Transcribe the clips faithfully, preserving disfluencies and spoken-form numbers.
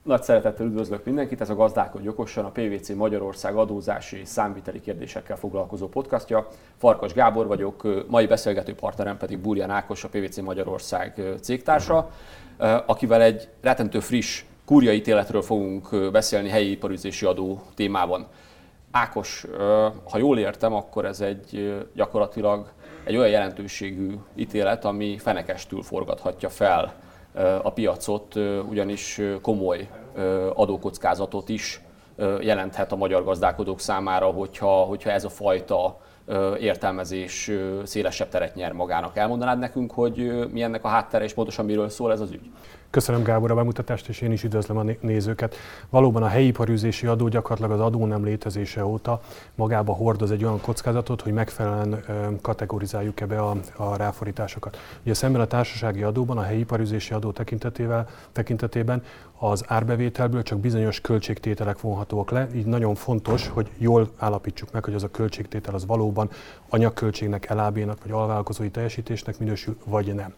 Nagy szeretettel üdvözlök mindenkit, ez a Gazdálkodj okosan, a pé vé cé Magyarország adózási és számviteli kérdésekkel foglalkozó podcastja. Farkas Gábor vagyok, mai beszélgető partnerem pedig Burján Ákos, a pé vé cé Magyarország cégtársa, akivel egy rettentő friss kúriai ítéletről fogunk beszélni helyi iparűzési adó témában. Ákos, ha jól értem, akkor ez egy gyakorlatilag egy olyan jelentőségű ítélet, ami fenekestül forgathatja fel a piacot, ugyanis komoly adókockázatot is jelenthet a magyar gazdálkodók számára, hogyha, hogyha ez a fajta értelmezés szélesebb teret nyer magának. Elmondanád nekünk, hogy mi ennek a háttere és pontosan miről szól ez az ügy? Köszönöm, Gábor, a bemutatást, és én is üdvözlöm a nézőket. Valóban a helyi iparűzési adó gyakorlatilag az adó nem létezése óta magába hordoz egy olyan kockázatot, hogy megfelelően kategorizáljuk be a, a ráfordításokat. Ugye szemben a társasági adóban, a helyi iparűzési adó tekintetével, tekintetében az árbevételből csak bizonyos költségtételek vonhatóak le, így nagyon fontos, hogy jól állapítsuk meg, hogy az a költségtétel az valóban anyagköltségnek, elábénak vagy alvállalkozói teljesítésnek minősül, vagy nem.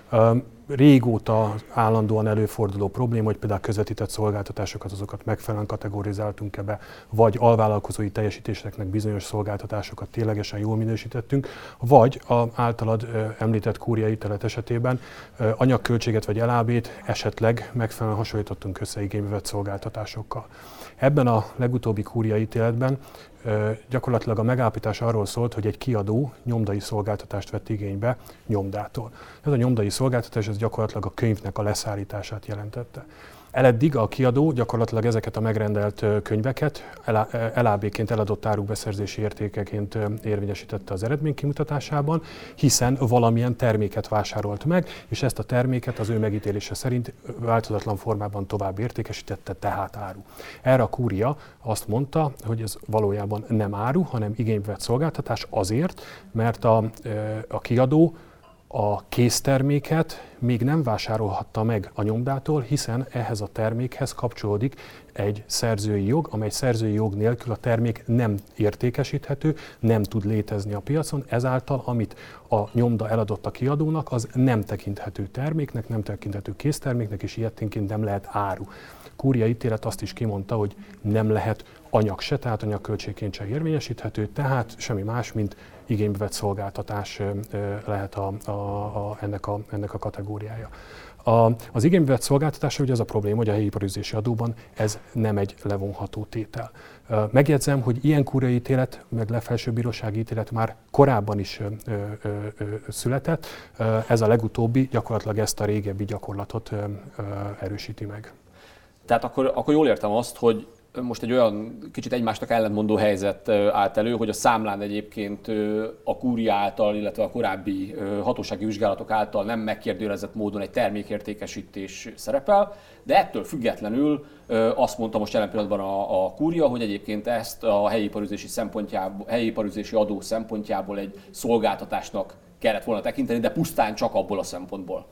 Régóta állandóan előforduló probléma, hogy például közvetített szolgáltatásokat, azokat megfelelően kategorizáltunk be, vagy alvállalkozói teljesítéseknek bizonyos szolgáltatásokat ténylegesen jól minősítettünk, vagy az általad említett kúriai ítélet esetében anyagköltséget vagy elábét esetleg megfelelően hasonlítottunk össze igénybe vett szolgáltatásokkal. Ebben a legutóbbi kúriai ítéletben gyakorlatilag a megállapítás arról szólt, hogy egy kiadó nyomdai szolgáltatást vett igénybe nyomdától. Ez a nyomdai szolgáltatás ez gyakorlatilag a könyvnek a leszállítását jelentette. Eleddig a kiadó gyakorlatilag ezeket a megrendelt könyveket elábéként eladott áruk beszerzési értékeként érvényesítette az eredmény kimutatásában, hiszen valamilyen terméket vásárolt meg, és ezt a terméket az ő megítélése szerint változatlan formában tovább értékesítette, tehát áru. Erre a kúria azt mondta, hogy ez valójában nem áru, hanem igénybe vett szolgáltatás azért, mert a, a kiadó a készterméket még nem vásárolhatta meg a nyomdától, hiszen ehhez a termékhez kapcsolódik egy szerzői jog, amely szerzői jog nélkül a termék nem értékesíthető, nem tud létezni a piacon, ezáltal amit a nyomda eladott a kiadónak, az nem tekinthető terméknek, nem tekinthető készterméknek, és ilyeténként nem lehet áru. Kúria ítélet azt is kimondta, hogy nem lehet anyag se, tehát anyagköltségként se érvényesíthető, tehát semmi más, mint igénybe vett szolgáltatás lehet a, a, a, ennek, a, ennek a kategóriája. A, az igénybe vett szolgáltatás, ugye az a probléma, hogy a helyi iparűzési adóban ez nem egy levonható tétel. Megjegyzem, hogy ilyen kúriai ítélet, meg legfelsőbb bírósági ítélet már korábban is ö, ö, ö, született. Ez a legutóbbi gyakorlatilag ezt a régebbi gyakorlatot ö, ö, erősíti meg. Tehát akkor, akkor jól értem azt, hogy most egy olyan kicsit egymásnak ellentmondó helyzet állt elő, hogy a számlán egyébként a kúria által, illetve a korábbi hatósági vizsgálatok által nem megkérdőjelezett módon egy termékértékesítés szerepel, de ettől függetlenül azt mondta most jelen pillanatban a, a kúria, hogy egyébként ezt a helyi iparűzési szempontjából, helyi iparűzési adó szempontjából egy szolgáltatásnak kellett volna tekinteni, de pusztán csak abból a szempontból.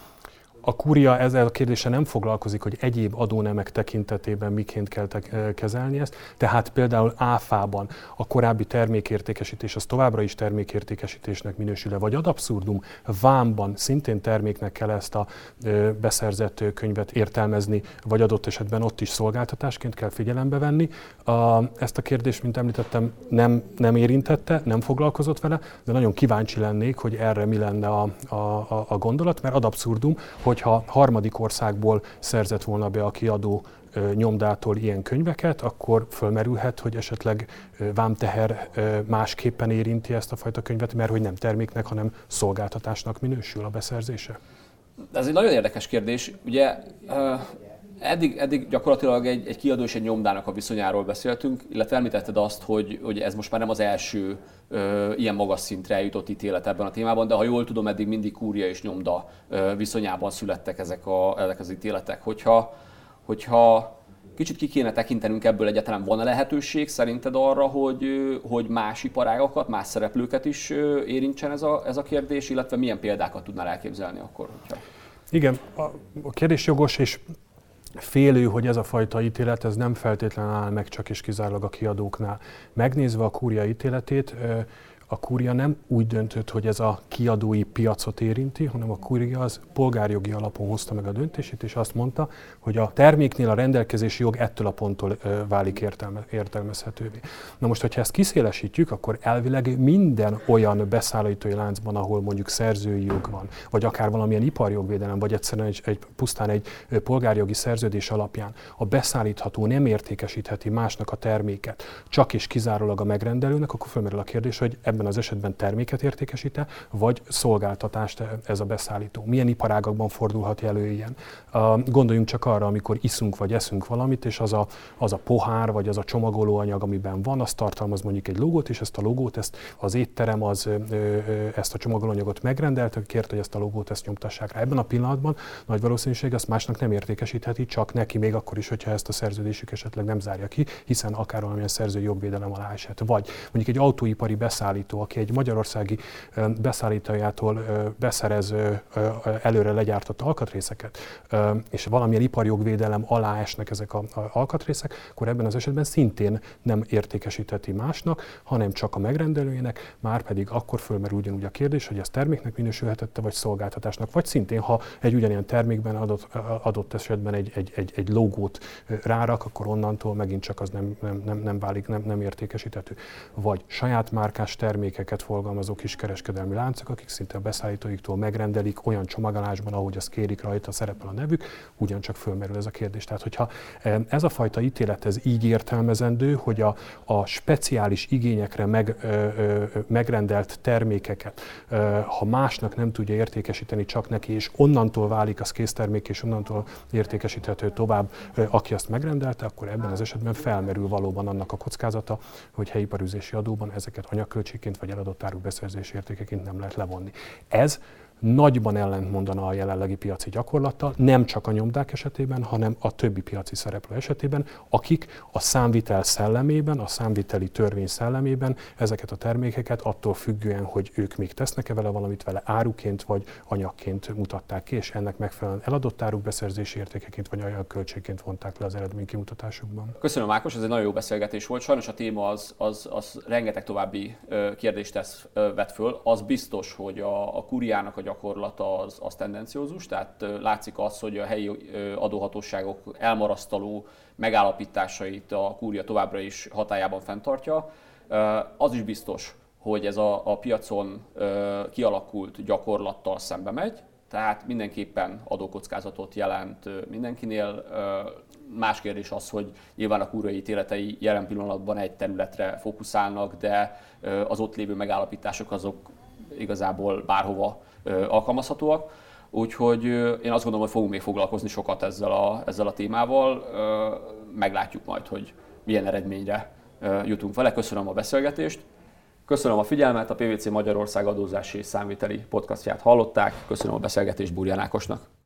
A kúria ezzel a kérdéssel nem foglalkozik, hogy egyéb adónemek tekintetében miként kell te- kezelni ezt. Tehát például áfában a korábbi termékértékesítés az továbbra is termékértékesítésnek minősül-e, vagy ad abszurdum, vámban szintén terméknek kell ezt a ö, beszerzett könyvet értelmezni, vagy adott esetben ott is szolgáltatásként kell figyelembe venni. A, ezt a kérdést, mint említettem, nem, nem érintette, nem foglalkozott vele, de nagyon kíváncsi lennék, hogy erre mi lenne a, a, a, a gondolat, mert ad abszurdum, hogyha harmadik országból szerzett volna be a kiadó nyomdától ilyen könyveket, akkor fölmerülhet, hogy esetleg vámteher másképpen érinti ezt a fajta könyvet, mert hogy nem terméknek, hanem szolgáltatásnak minősül a beszerzése. Ez egy nagyon érdekes kérdés. Ugye eddig, eddig gyakorlatilag egy, egy kiadó és egy nyomdának a viszonyáról beszéltünk, illetve említetted azt, hogy, hogy ez most már nem az első ö, ilyen magas szintre eljutott ítélet ebben a témában, de ha jól tudom, eddig mindig kúria és nyomda ö, viszonyában születtek ezek, a, ezek az ítéletek. Hogyha, hogyha kicsit ki kéne tekintenünk ebből, egyáltalán van-e lehetőség szerinted arra, hogy, hogy más iparágakat, más szereplőket is érintsen ez a, ez a kérdés, illetve milyen példákat tudnál elképzelni akkor? Hogyha... Igen, a, a kérdés jogos, és félő, hogy ez a fajta ítélet ez nem feltétlenül áll meg csak és kizárólag a kiadóknál. Megnézve a kúria ítéletét, a kúria nem úgy döntött, hogy ez a kiadói piacot érinti, hanem a kúria az polgárjogi alapon hozta meg a döntését, és azt mondta, hogy a terméknél a rendelkezési jog ettől a ponttól válik értelme, értelmezhetővé. Na most, hogyha ezt kiszélesítjük, akkor elvileg minden olyan beszállítói láncban, ahol mondjuk szerzői jog van, vagy akár valamilyen iparjogvédelem, vagy egyszerűen egy, egy, pusztán egy polgárjogi szerződés alapján a beszállítható nem értékesítheti másnak a terméket, csak és kizárólag a megrendelőnek, akkor felmerül a kérdés, hogy ebben az esetben terméket értékesít-e, vagy szolgáltatást ez a beszállító. Milyen iparágakban fordulhat elő ilyen? Gondoljunk csak arra, amikor iszunk vagy eszünk valamit, és az a, az a pohár, vagy az a csomagolóanyag, amiben van, az tartalmaz mondjuk egy logót, és ezt a logót, ezt az étterem az, ezt a csomagolóanyagot megrendelte, kért, hogy ezt a logót ezt nyomtassák rá. Ebben a pillanatban nagy valószínűség azt másnak nem értékesítheti, csak neki, még akkor is, hogyha ezt a szerződésük esetleg nem zárja ki, hiszen akár valamilyen szerzői jogvédelem alá esett. Vagy mondjuk egy autóipari beszállító, aki egy magyarországi beszállítójától beszerez előre legyártott alkatrészeket, és valamilyen iparjogvédelem alá esnek ezek az alkatrészek, akkor ebben az esetben szintén nem értékesítheti másnak, hanem csak a megrendelőjének, már pedig akkor fölmerül ugyanúgy a kérdés, hogy ez terméknek minősülhetette, vagy szolgáltatásnak, vagy szintén, ha egy ugyanilyen termékben adott, adott esetben egy, egy, egy, egy logót rárak, akkor onnantól megint csak az nem, nem, nem, nem válik, nem, nem értékesíthető. Vagy saját márkás termékeket forgalmazó kiskereskedelmi láncok, akik szinte a beszállítóiktól megrendelik olyan csomagolásban, ahogy azt kérik rajta, szerepel a nevük, ugyancsak fölmerül ez a kérdés. Tehát, hogyha ez a fajta ítélet ez így értelmezendő, hogy a, a speciális igényekre meg, ö, ö, megrendelt termékeket, ö, ha másnak nem tudja értékesíteni, csak neki, és onnantól válik az késztermék, és onnantól értékesíthető tovább, ö, aki azt megrendelte, akkor ebben az esetben felmerül valóban annak a kockázata, hogy helyi iparűzési adóban ezeket anyagköltségként vagy eladott áruk beszerzési értékeként nem lehet levonni. Ez nagyban ellentmondana a jelenlegi piaci gyakorlattal, nem csak a nyomdák esetében, hanem a többi piaci szereplő esetében, akik a számvitel szellemében, a számviteli törvény szellemében ezeket a termékeket attól függően, hogy ők még tesznek-e vele valamit, vele áruként vagy anyagként mutatták ki, és ennek megfelelően eladott áruk beszerzési értékeként vagy anyagköltségként vonták le az eredménykimutatásukban. Köszönöm, Ákos, ez egy nagyon jó beszélgetés volt. Sajnos a téma az, az, az rengeteg további kérdést tesz, vet föl. Az biztos, hogy a, a kúriának a gyakorlata az, az tendenciózus, tehát látszik az, hogy a helyi adóhatóságok elmarasztaló megállapításait a kúria továbbra is hatályában fenntartja. Az is biztos, hogy ez a, a piacon kialakult gyakorlattal szembe megy, tehát mindenképpen adókockázatot jelent mindenkinél. Más kérdés az, hogy nyilván a kúriai ítéletei jelen pillanatban egy területre fókuszálnak, de az ott lévő megállapítások azok igazából bárhova alkalmazhatóak. Úgyhogy én azt gondolom, hogy fogunk még foglalkozni sokat ezzel a, ezzel a témával. Meglátjuk majd, hogy milyen eredményre jutunk vele. Köszönöm a beszélgetést. Köszönöm a figyelmet, a pé vé cé Magyarország adózási és számviteli podcastját hallották. Köszönöm a beszélgetést Burján Ákosnak.